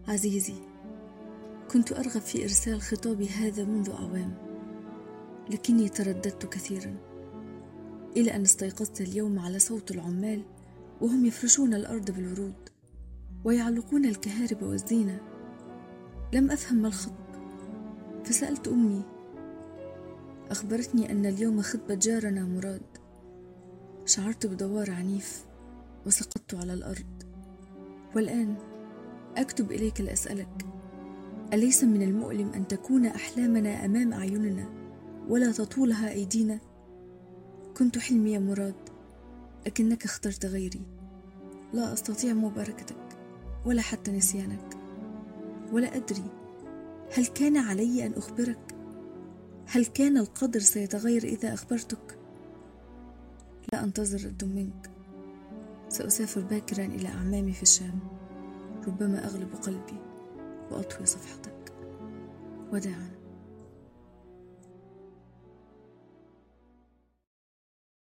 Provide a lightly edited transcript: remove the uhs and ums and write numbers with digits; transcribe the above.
عزيزي، كنت أرغب في إرسال خطابي هذا منذ أعوام، لكني ترددت كثيرا، إلى أن استيقظت اليوم على صوت العمال وهم يفرشون الأرض بالورود ويعلقون الكهارب والزينة. لم أفهم ما الخطب، فسألت أمي، أخبرتني أن اليوم خطبة جارنا مراد. شعرت بدوار عنيف وسقطت على الأرض. والآن أكتب إليك لأسألك، أليس من المؤلم أن تكون أحلامنا أمام أعيننا ولا تطولها أيدينا؟ كنت حلمي يا مراد، لكنك اخترت غيري. لا أستطيع مباركتك ولا حتى نسيانك، ولا أدري هل كان علي أن أخبرك؟ هل كان القدر سيتغير إذا أخبرتك؟ لا أنتظر رد منك. سأسافر باكرا إلى أعمامي في الشام، ربما أغلب قلبي وأطوي صفحتك. وداعا.